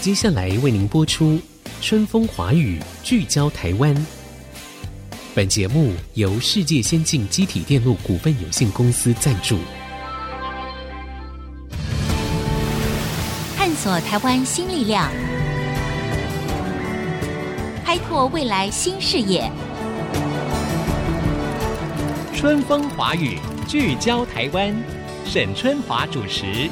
接下来为您播出春风华语聚焦台湾。本节目由世界先进机体电路股份有限公司赞助。 探索台湾新力量，开拓未来新视野。 春风华语聚焦台湾，沈春华主持。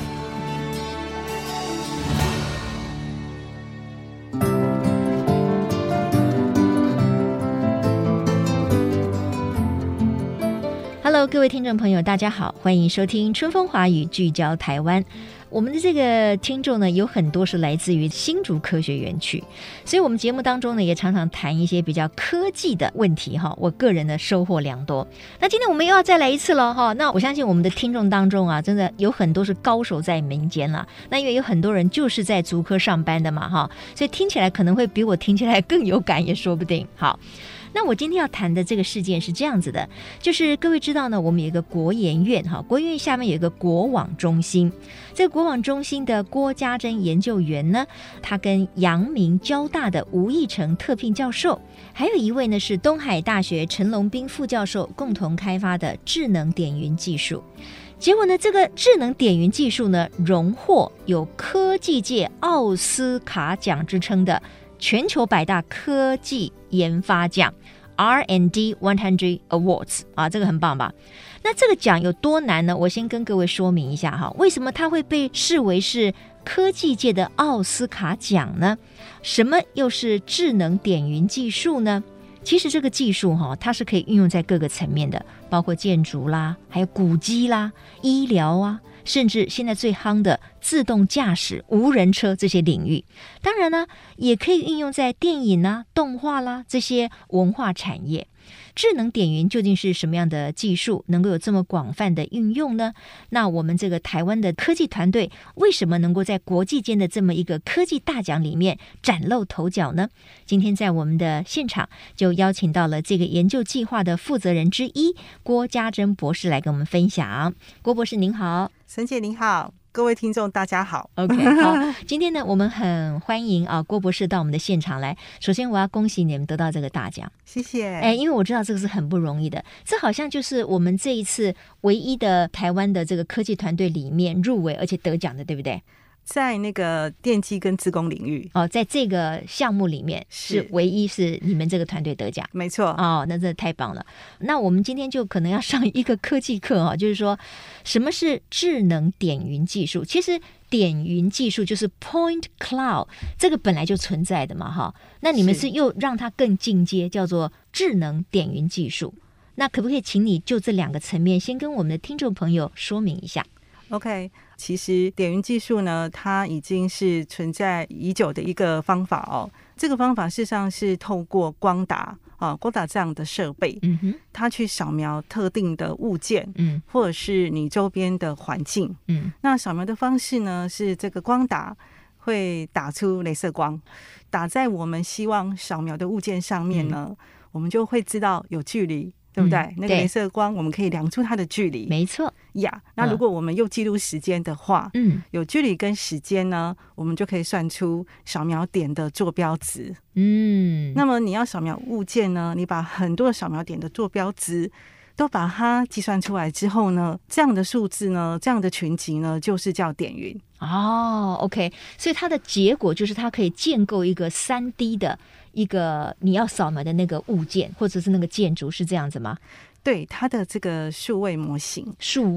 Hello， 各位听众朋友，大家好，欢迎收听春风华语聚焦台湾。我们的这个听众呢，有很多是来自于新竹科学园区，所以我们节目当中呢，也常常谈一些比较科技的问题哈。我个人的收获良多。那今天我们又要再来一次了哈。那我相信我们的听众当中啊，真的有很多是高手在民间啦。那因为有很多人就是在竹科上班的嘛哈，所以听起来可能会比我听起来更有感，也说不定。好。那我今天要谈的这个事件是这样子的，就是各位知道呢，我们有一个国研院哈，国研院下面有一个国网中心，这个国网中心的郭家珍研究员呢，他跟阳明交大的吴义成特聘教授，还有一位呢是东海大学陈龙斌副教授共同开发的智能点云技术。结果呢，这个智能点云技术呢，荣获有科技界奥斯卡奖之称的全球100大科技研发奖 R&D 100 Awards 啊，这个很棒吧？那这个奖有多难呢？我先跟各位说明一下哈，为什么它会被视为是科技界的奥斯卡奖呢？什么又是智能点云技术呢？其实这个技术它是可以运用在各个层面的，包括建筑啦，还有古迹啦，医疗啊，甚至现在最夯的自动驾驶、无人车这些领域。当然呢，也可以运用在电影啊、动画啦这些文化产业。智能点云究竟是什么样的技术，能够有这么广泛的运用呢？那我们这个台湾的科技团队为什么能够在国际间的这么一个科技大奖里面崭露头角呢？今天在我们的现场就邀请到了这个研究计划的负责人之一郭家珍博士来跟我们分享。郭博士您好。 沈姐您好，各位听众大家好。 OK 好，今天呢我们很欢迎郭博士到我们的现场来。首先我要恭喜你们得到这个大奖， 谢谢。 因为我知道这个是很不容易的，这好像就是我们这一次唯一的台湾的这个科技团队里面入围而且得奖的，对不对？ 在那个电机跟资工领域在这个项目里面是唯一是你们这个团队得奖， 没错。 那真的太棒了。那我们今天就可能要上一个科技课就是说什么是智能点云技术。其实点云技术就是 point cloud， 这个本来就存在的嘛那你们是又让它更进阶，叫做智能点云技术。那可不可以请你就这两个层面先跟我们的听众朋友说明一下 ？OK， 其实点云技术呢，它已经是存在已久的一个方法这个方法事实上是透过光达这样的设备，它去扫描特定的物件，或者是你周边的环境，那扫描的方式呢，是这个光达会打出雷射光，打在我们希望扫描的物件上面呢，我们就会知道有距离。对不对？那个雷射光我们可以量出它的距离， 没错呀。那如果我们又记录时间的话，有距离跟时间呢，我们就可以算出扫描点的坐标值。那么你要扫描物件呢，你把很多扫描点的坐标值都把它计算出来之后呢，这样的数字呢，这样的群集呢，就是叫点云。 OK， 所以它的结果就是它可以建构一个 3D 的一个你要扫描的那个物件或者是那个建筑，是这样子吗？ 对，它的这个数位模型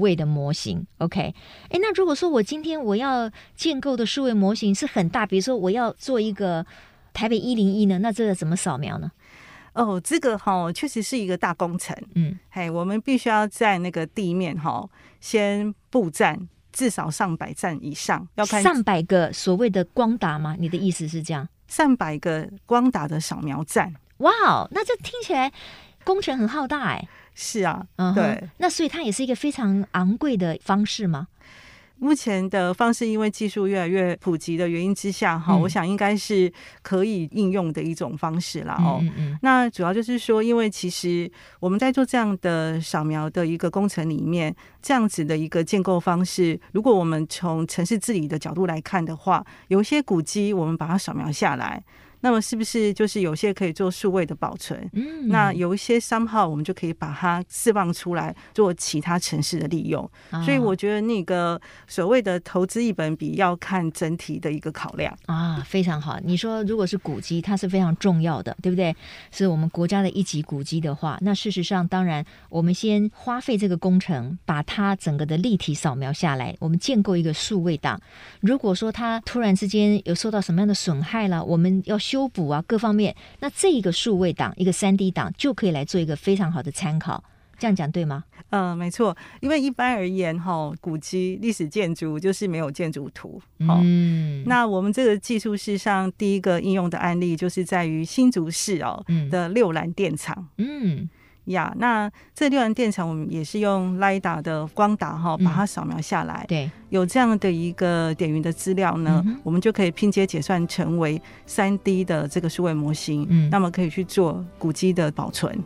OK。 那如果说我今天我要建构的数位模型是很大，比如说我要做一个台北101呢，那这个怎么扫描呢？ 这个确实是一个大工程。我们必须要在那个地面先布站至少上百站以上，要看 300个所谓的光达吗？你的意思是这样 ？300个光达的扫描站。 哇，那这听起来工程很浩大。 是啊，对。 那所以它也是一个非常昂贵的方式吗？ 目前的方式因为技术越来越普及的原因之下我想应该是可以应用的一种方式啦那主要就是说，因为其实我们在做这样的扫描的一个工程里面，这样子的一个建构方式，如果我们从城市治理的角度来看的话，有一些古迹我们把它扫描下来，那么是不是就是有些可以做数位的保存那有一些商号我们就可以把它释放出来做其他城市的利用所以我觉得那个所谓的投资一本笔要看整体的一个考量非常好。你说如果是古迹它是非常重要的，对不对？是我们国家的一级古迹的话，那事实上当然我们先花费这个工程把它整个的立体扫描下来，我们建构一个数位档，如果说它突然之间有受到什么样的损害了，我们要修补各方面，那这一个数位档一个 3D 档就可以来做一个非常好的参考，这样讲对吗？ 没错，因为一般而言古迹历史建筑就是没有建筑图那我们这个技术事实上第一个应用的案例就是在于新竹市的六兰电厂那这六兰电厂我们也是用 LiDAR 的光达把它扫描下来对， 有这样的一个点云的资料呢我们就可以拼接解算成为 3D 的这个数位模型那么可以去做古迹的保存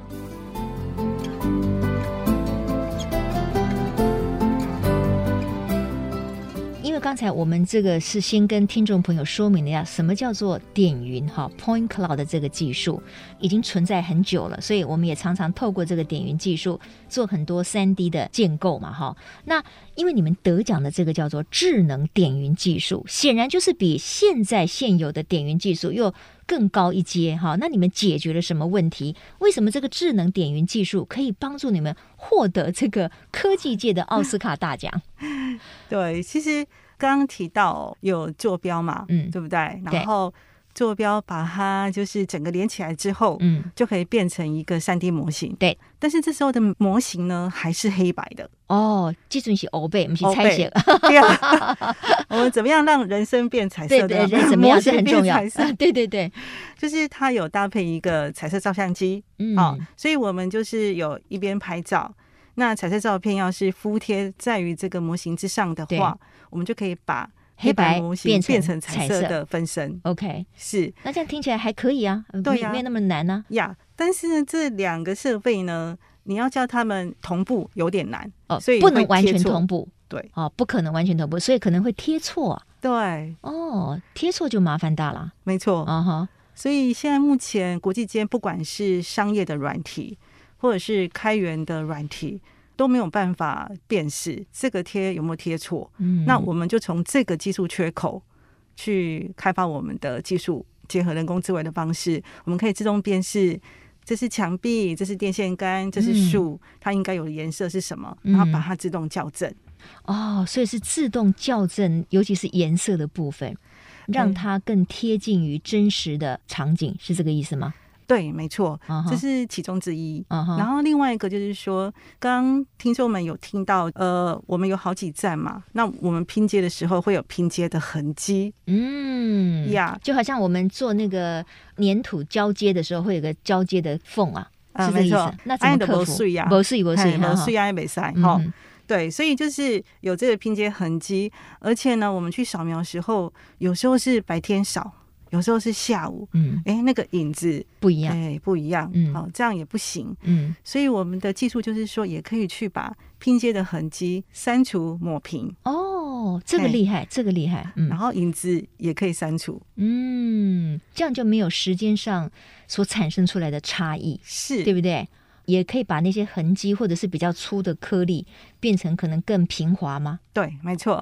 因为刚才我们这个是先跟听众朋友说明了一下什么叫做点云Point Cloud 的这个技术已经存在很久了，所以我们也常常透过这个点云技术做很多 3D 的建构嘛那因为你们得奖的这个叫做智能点云技术，显然就是比现有的点云技术又更高一阶那你们解决了什么问题？为什么这个智能点云技术可以帮助你们获得这个科技界的奥斯卡大奖？ 对，其实刚刚提到有坐标嘛对不对？然后坐标把它就是整个连起来之后就可以变成一个 3D 模型对，但是这时候的模型呢还是黑白的这准是黑白不是彩色对我们怎么样让人生变彩色的对怎么样是很重要对对对， 就是它有搭配一个彩色照相机所以我们就是有一边拍照，那彩色照片要是敷贴在于这个模型之上的话，我们就可以把黑白模型变成彩色的分身 OK 是， 那这样听起来还可以对没有那么难但是呢这两个设备呢你要叫他们同步有点难所以不能完全同步对不可能完全同步，所以可能会贴错对贴错就麻烦大了没错所以现在目前国际间不管是商业的软体或者是开源的软体都没有办法辨识这个贴有没有贴错那我们就从这个技术缺口去开发我们的技术，结合人工智慧的方式，我们可以自动辨识这是墙壁，这是电线杆，这是树它应该有的颜色是什么然后把它自动校正所以是自动校正，尤其是颜色的部分让它更贴近于真实的场景，是这个意思吗？ 对没错这是其中之一然后另外一个就是说刚刚听众们有听到我们有好几站嘛，那我们拼接的时候会有拼接的痕迹就好像我们做那个粘土交接的时候会有个交接的缝是这个意思那怎么克服？没水没塞对，所以就是有这个拼接痕迹，而且呢我们去扫描的时候有时候是白天扫有时候是下午那个影子不一样不一样这样也不行所以我们的技术就是说也可以去把拼接的痕迹删除抹平这个厉害这个厉害然后影子也可以删除这样就没有时间上所产生出来的差异是对不对？也可以把那些痕迹或者是比较粗的颗粒变成可能更平滑吗？ 对没错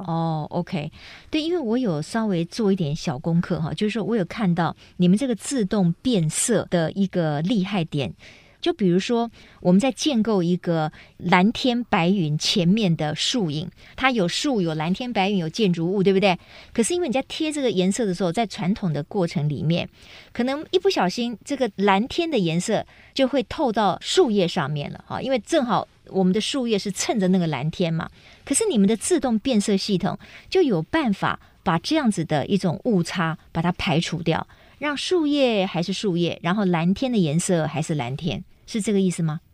OK 对，因为我有稍微做一点小功课就是说我有看到你们这个自动变色的一个厉害点，就比如说我们在建构一个蓝天白云前面的树影，它有树有蓝天白云有建筑物对不对？可是因为你在贴这个颜色的时候，在传统的过程里面可能一不小心这个蓝天的颜色就会透到树叶上面了因为正好我们的树叶是蹭着那个蓝天嘛，可是你们的自动变色系统就有办法把这样子的一种误差把它排除掉，让树叶还是树叶，然后蓝天的颜色还是蓝天，是这个意思吗？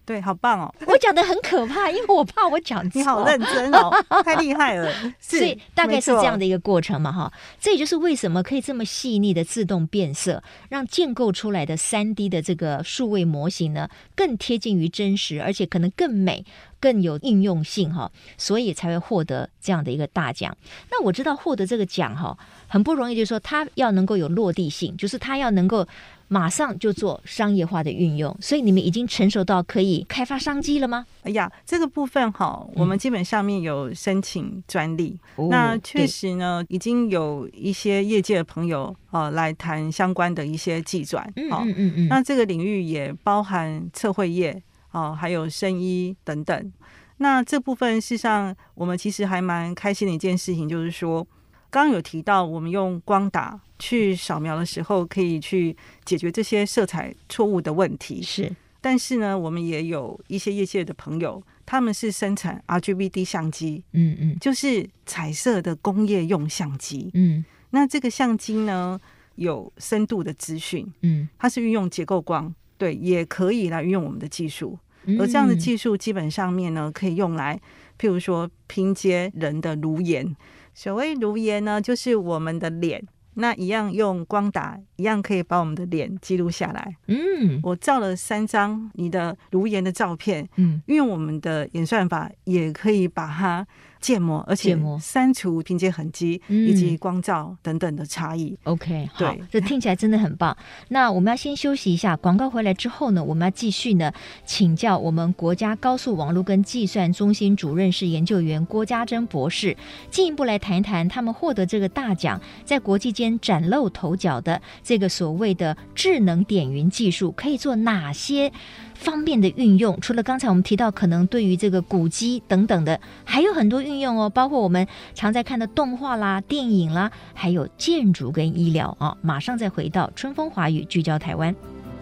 对，好棒哦！ 我讲的很可怕，因为我怕我讲错。 你好认真哦，太厉害了。 所以大概是这样的一个过程嘛，哈。这也就是为什么可以这么细腻的自动变色，让建构出来的3D 的这个数位模型呢，更贴近于真实，而且可能更美。更有应用性哈，所以才会获得这样的一个大奖。那我知道获得这个奖哈很不容易，就是说它要能够有落地性，就是它要能够马上就做商业化的运用。所以你们已经成熟到可以开发商机了吗？ 哎呀，这个部分哈，我们基本上面有申请专利。那确实呢，已经有一些业界的朋友来谈相关的一些技转。那这个领域也包含测绘业。还有生医等等。那这部分事实上我们其实还蛮开心的一件事情，就是说刚刚有提到我们用光打去扫描的时候可以去解决这些色彩错误的问题， 是。 但是呢我们也有一些业界的朋友，他们是生产 RGBD 相机，就是彩色的工业用相机。那这个相机呢有深度的资讯，它是运用结构光，对，也可以来运用我们的技术。而这样的技术基本上面呢，可以用来譬如说拼接人的颅颜。所谓颅颜呢，就是我们的脸，那一样用光打，一样可以把我们的脸记录下来。我照了3张你的颅颜的照片，运用我们的演算法，也可以把它建模，而且删除拼接痕迹以及光照等等的差异。 OK， 好，这听起来真的很棒。那我们要先休息一下，广告回来之后呢，我们要继续呢请教我们国家高速网络跟计算中心主任室研究员郭家珍博士，进一步来谈一谈他们获得这个大奖，在国际间崭露头角的这个所谓的智能点云技术，可以做哪些方面的运用。除了刚才我们提到可能对于这个古迹等等的，还有很多运用哦，包括我们常在看的动画啦、电影啦，还有建筑跟医疗啊。马上再回到春风华语聚焦台湾。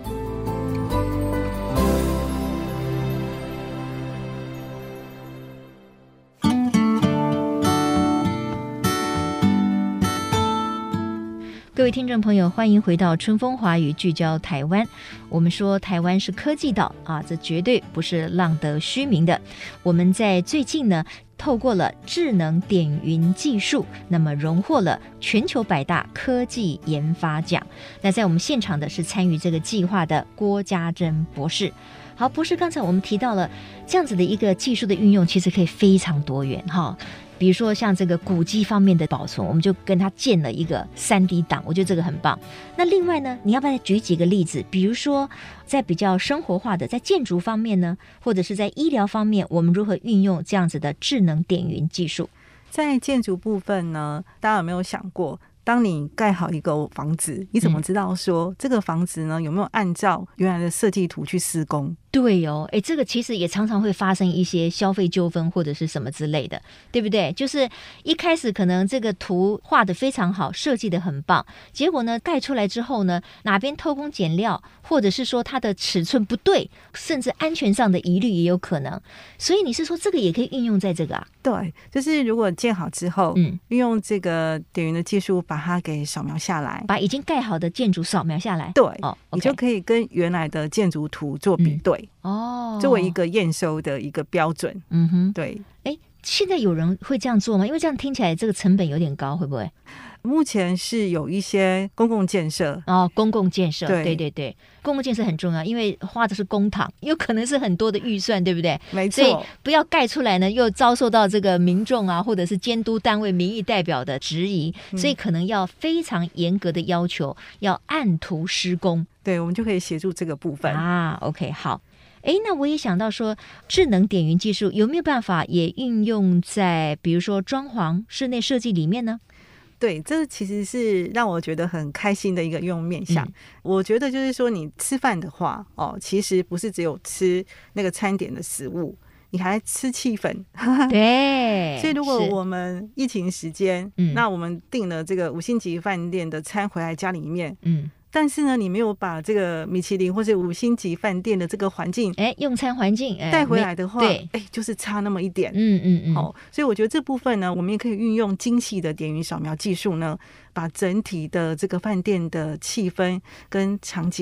各位听众朋友，欢迎回到春风华语聚焦台湾。我们说台湾是科技岛啊，这绝对不是浪得虚名的。我们在最近呢，透过了智能点云技术，那么荣获了全球100大科技研发奖。那在我们现场的是参与这个计划的郭家珍博士。好，博士，刚才我们提到了这样子的一个技术的运用，其实可以非常多元哈。比如说像这个古迹方面的保存，我们就跟他建了一个 3D 档，我觉得这个很棒。那另外呢，你要不要再举几个例子？比如说在比较生活化的，在建筑方面呢，或者是在医疗方面，我们如何运用这样子的智能点云技术？ 在建筑部分呢，大家有没有想过，当你盖好一个房子，你怎么知道说这个房子呢有没有按照原来的设计图去施工？ 对哦，这个其实也常常会发生一些消费纠纷或者是什么之类的，对不对？就是一开始可能这个图画得非常好，设计得很棒，结果呢盖出来之后呢，哪边偷工减料，或者是说它的尺寸不对，甚至安全上的疑虑也有可能。所以你是说这个也可以运用在这个啊？ 对，就是如果建好之后，运用这个点云的技术把它给扫描下来， 把已经盖好的建筑扫描下来， 对，你就可以跟原来的建筑图做比对。作为一个验收的一个标准。对。 现在有人会这样做吗？因为这样听起来这个成本有点高，会不会？ 目前是有一些公共建设公共建设，对，公共建设很重要，因为花的是公帑，有可能是很多的预算，对不对？ 没错， 所以不要盖出来呢，又遭受到这个民众啊，或者是监督单位、民意代表的质疑，所以可能要非常严格的要求，要按图施工。 对，我们就可以协助这个部分 OK， 好。那我也想到说，智能点云技术有没有办法也运用在比如说装潢、室内设计里面呢？ 对，这其实是让我觉得很开心的一个应用面向。我觉得就是说，你吃饭的话其实不是只有吃那个餐点的食物，你还吃气氛。 对， 所以如果我们疫情时间，那我们订了这个5星级饭店的餐回来家里面，但是呢，你没有把这个米其林或者5星级饭店的这个环境， 用餐环境带回来的话，就是差那么一点。所以我觉得这部分呢，我们也可以运用精细的点云扫描技术呢，把整体的这个饭店的气氛跟场景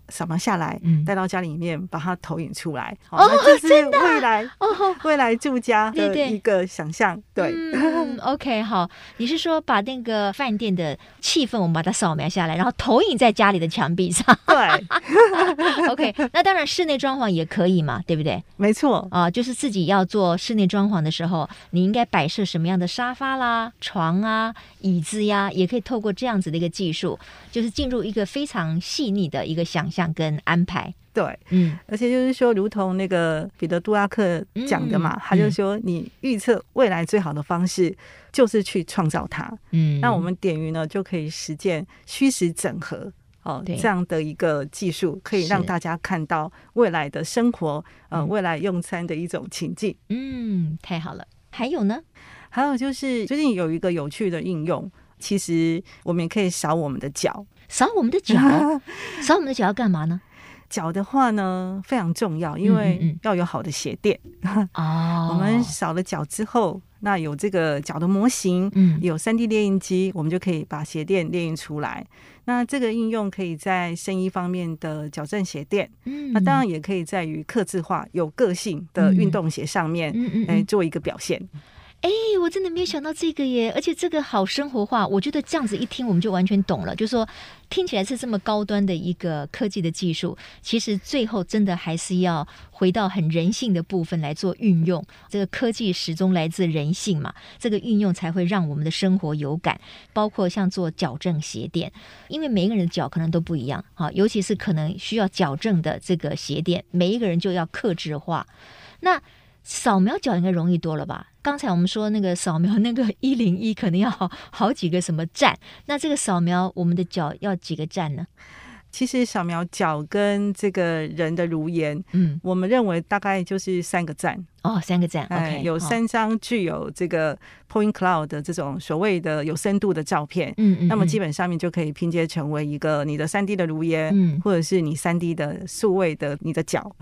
扫描下来，带到家里面把它投影出来。 那这是未来住家的一个想象。对 ，OK， 好，你是说把那个饭店的气氛我们把它扫描下来，然后投影在家里的墙壁上？ 对 ，OK， 那当然室内装潢也可以嘛，对不对？ 没错啊，就是自己要做室内装潢的时候，你应该摆设什么样的沙发啦、床啊、椅子呀，也可以透过这样子的一个技术，就是进入一个非常细腻的一个想象跟安排。 对，而且就是说，如同那个彼得·杜拉克讲的嘛，他就说，你预测未来最好的方式就是去创造它。那我们点云呢，就可以实践虚实整合。这样的一个技术可以让大家看到未来的生活，未来用餐的一种情境。 太好了。还有呢？ 还有就是最近有一个有趣的应用，其实我们也可以扫我们的脚。 扫我们的脚？扫我们的脚要干嘛呢？ 脚的话呢非常重要，因为要有好的鞋垫。我们扫了脚之后，那有这个脚的模型，有 3D 列印机，我们就可以把鞋垫列印出来。那这个应用可以在生医方面的矫正鞋垫，那当然也可以在于客制化有个性的运动鞋上面做一个表现。 我真的没有想到这个耶，而且这个好生活化，我觉得这样子一听我们就完全懂了，就是说听起来是这么高端的一个科技的技术，其实最后真的还是要回到很人性的部分来做运用。这个科技始终来自人性嘛，这个运用才会让我们的生活有感，包括像做矫正鞋垫，因为每一个人的脚可能都不一样，尤其是可能需要矫正的这个鞋垫，每一个人就要客制化。那扫描脚应该容易多了吧？刚才我们说那个扫描那个101可能要好几个什么站，那这个扫描我们的脚要几个站呢？ 其实扫描脚跟这个人的如颜，我们认为大概就是3个站。 3个站，OK， 有3张具有这个 point cloud 的这种所谓的有深度的照片，那么基本上面就可以拼接成为一个你的 3D 的如颜，或者是你 3D 的数位的你的脚。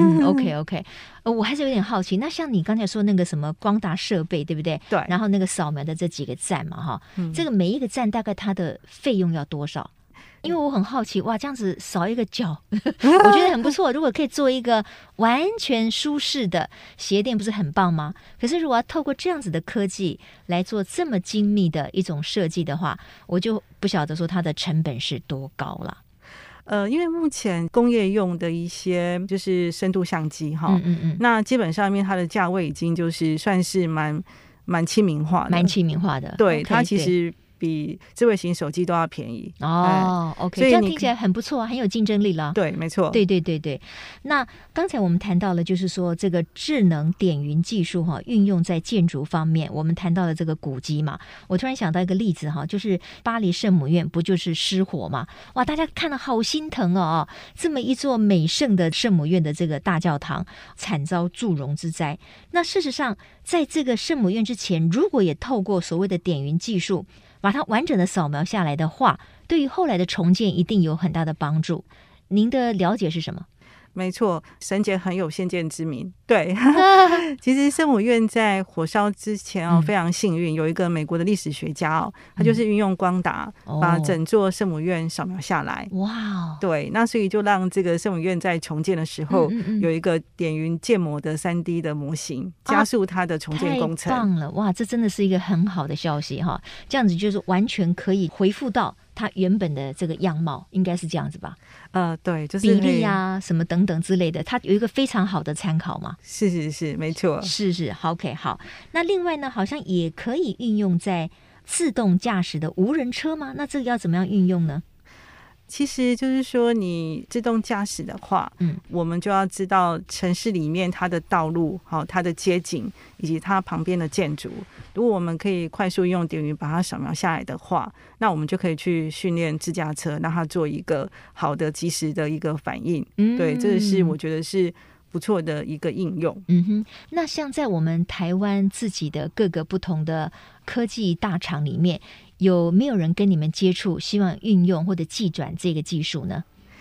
OK， 我还是有点好奇，那像你刚才说那个什么光达设备，对不对？ 对。 然后那个扫描的这几个站嘛，这个每一个站大概它的费用要多少？因为我很好奇，哇，这样子扫一个脚我觉得很不错，如果可以做一个完全舒适的鞋垫不是很棒吗？可是如果要透过这样子的科技来做这么精密的一种设计的话，我就不晓得说它的成本是多高了。 因为目前工业用的一些就是深度相机哈，那基本上面它的价位已经就是算是蛮亲民化的，对，它其实比智慧型手机都要便宜 OK， 这样听起来很不错，很有竞争力了。 对，没错， 对。那刚才我们谈到了，就是说这个智能点云技术运用在建筑方面，我们谈到了这个古迹嘛。我突然想到一个例子就是巴黎圣母院不就是失火嘛？哇，大家看了好心疼哦，这么一座美圣的圣母院的这个大教堂惨遭祝融之灾。那事实上，在这个圣母院之前，如果也透过所谓的点云技术把它完整的扫描下来的话，对于后来的重建一定有很大的帮助。您的了解是什么？ 没错，沈姐很有先见之明。对，其实圣母院在火烧之前非常幸运，有一个美国的历史学家他就是运用光达把整座圣母院扫描下来。 哇， 对，那所以就让这个圣母院在重建的时候有一个点云建模的 3D 的模型，加速它的重建工程。 太棒了，哇，这真的是一个很好的消息哈！这样子就是完全可以恢复到它原本的这个样貌，应该是这样子吧？ 对，就是比例啊什么等等之类的，它有一个非常好的参考嘛。 是，没错， 是 OK 好。那另外呢，好像也可以运用在自动驾驶的无人车吗？那这个要怎么样运用呢？ 其实就是说，你自动驾驶的话，我们就要知道城市里面它的道路、它的街景以及它旁边的建筑。如果我们可以快速用点云把它扫描下来的话，那我们就可以去训练自驾车，让它做一个好的及时的一个反应。对，这是我觉得是不错的一个应用。 那像在我们台湾自己的各个不同的科技大厂里面，有没有人跟你们接触，希望运用或者技转这个技术呢？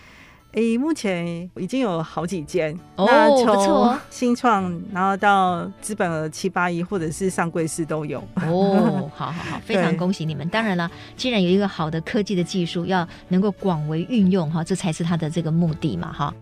目前已经有好几间那从新创然后到资本额7-8亿或者是上柜市都有好，非常恭喜你们。当然了，既然有一个好的科技的技术要能够广为运用这才是它的这个目的嘛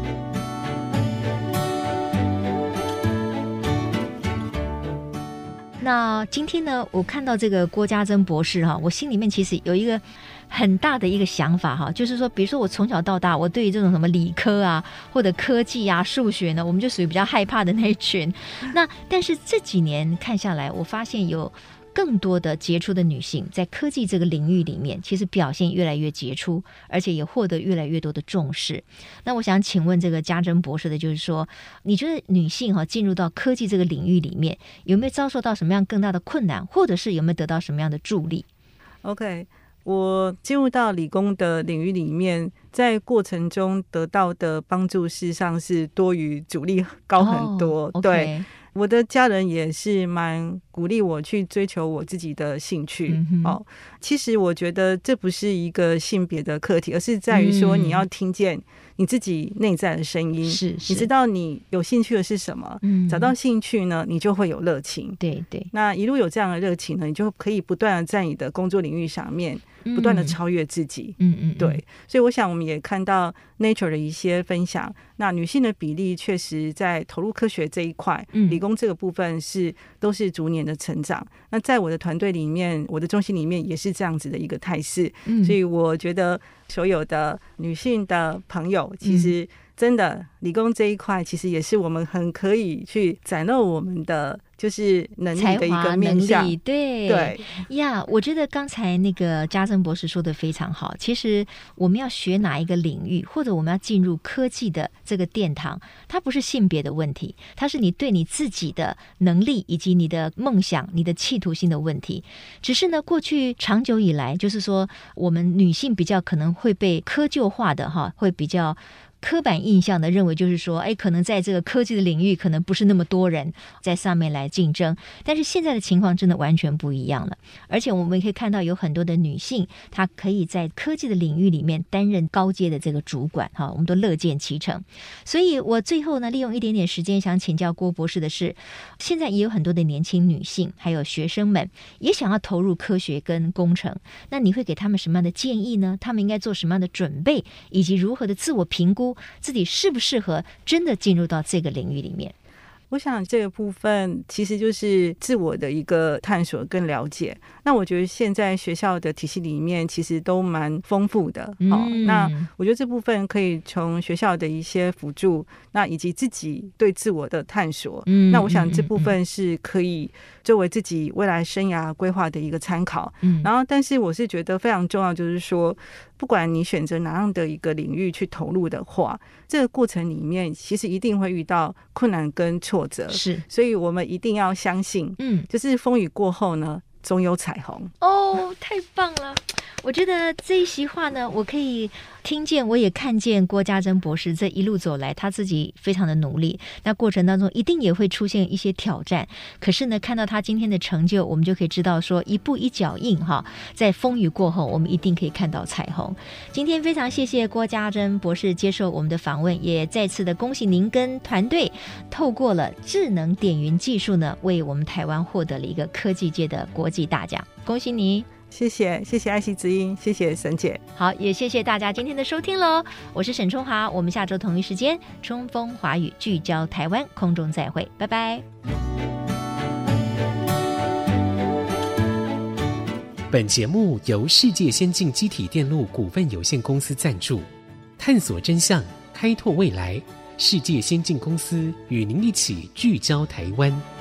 那今天呢，我看到这个郭家珍博士我心里面其实有一个很大的一个想法就是说，比如说我从小到大，我对于这种什么理科啊或者科技啊数学呢，我们就属于比较害怕的那一群。那但是这几年看下来，我发现有更多的杰出的女性在科技这个领域里面，其实表现越来越杰出，而且也获得越来越多的重视。那我想请问这个家珍博士的就是说，你觉得女性进入到科技这个领域里面，有没有遭受到什么样更大的困难，或者是有没有得到什么样的助力？ OK， 我进入到理工的领域里面，在过程中得到的帮助事实上是多于阻力高很多对，我的家人也是蛮鼓励我去追求我自己的兴趣其实我觉得这不是一个性别的课题，而是在于说你要听见你自己内在的声音，你知道你有兴趣的是什么找到兴趣呢，你就会有热情，对，那一路有这样的热情呢，你就可以不断的在你的工作领域上面不断的超越自己对，所以我想我们也看到 Nature 的一些分享，那女性的比例确实在投入科学这一块理工这个部分都是逐年的成长，那在我的团队里面，我的中心里面也是这样子的一个态势所以我觉得所有的女性的朋友，其实真的理工这一块其实也是我们很可以去展露我们的就是能力的一个面向，对呀，我觉得刚才那个家珍博士说的非常好，其实我们要学哪一个领域，或者我们要进入科技的这个殿堂，它不是性别的问题，它是你对你自己的能力以及你的梦想你的企图心的问题。只是呢，过去长久以来，就是说我们女性比较可能会被窠臼化的会比较刻板印象的认为，就是说可能在这个科技的领域可能不是那么多人在上面来竞争，但是现在的情况真的完全不一样了。而且我们可以看到有很多的女性，她可以在科技的领域里面担任高阶的这个主管我们都乐见其成。所以我最后呢，利用一点点时间想请教郭博士的是，现在也有很多的年轻女性还有学生们也想要投入科学跟工程，那你会给他们什么样的建议呢？他们应该做什么样的准备，以及如何的自我评估自己适不适合真的进入到这个领域里面？ 我想这个部分其实就是自我的一个探索跟了解，那我觉得现在学校的体系里面其实都蛮丰富的那我觉得这部分可以从学校的一些辅助，那以及自己对自我的探索那我想这部分是可以作为自己未来生涯规划的一个参考然后但是我是觉得非常重要，就是说不管你选择哪样的一个领域去投入的话，这个过程里面其实一定会遇到困难跟挫折，所以我们一定要相信就是风雨过后呢总有彩虹太棒了。我觉得这一席话呢，我可以听见，我也看见郭家珍博士这一路走来，他自己非常的努力，那过程当中一定也会出现一些挑战，可是呢，看到他今天的成就，我们就可以知道说一步一脚印在风雨过后我们一定可以看到彩虹。今天非常谢谢郭家珍博士接受我们的访问，也再次的恭喜您跟团队透过了智能点云技术呢，为我们台湾获得了一个科技界的国际大奖，恭喜你。 谢谢爱惜之音，谢谢沈姐。 好，也谢谢大家今天的收听咯，我是沈春华，我们下周同一时间春风华语聚焦台湾空中再会，拜拜。 本节目由世界先进机体电路股份有限公司赞助，探索真相，开拓未来，世界先进公司与您一起聚焦台湾。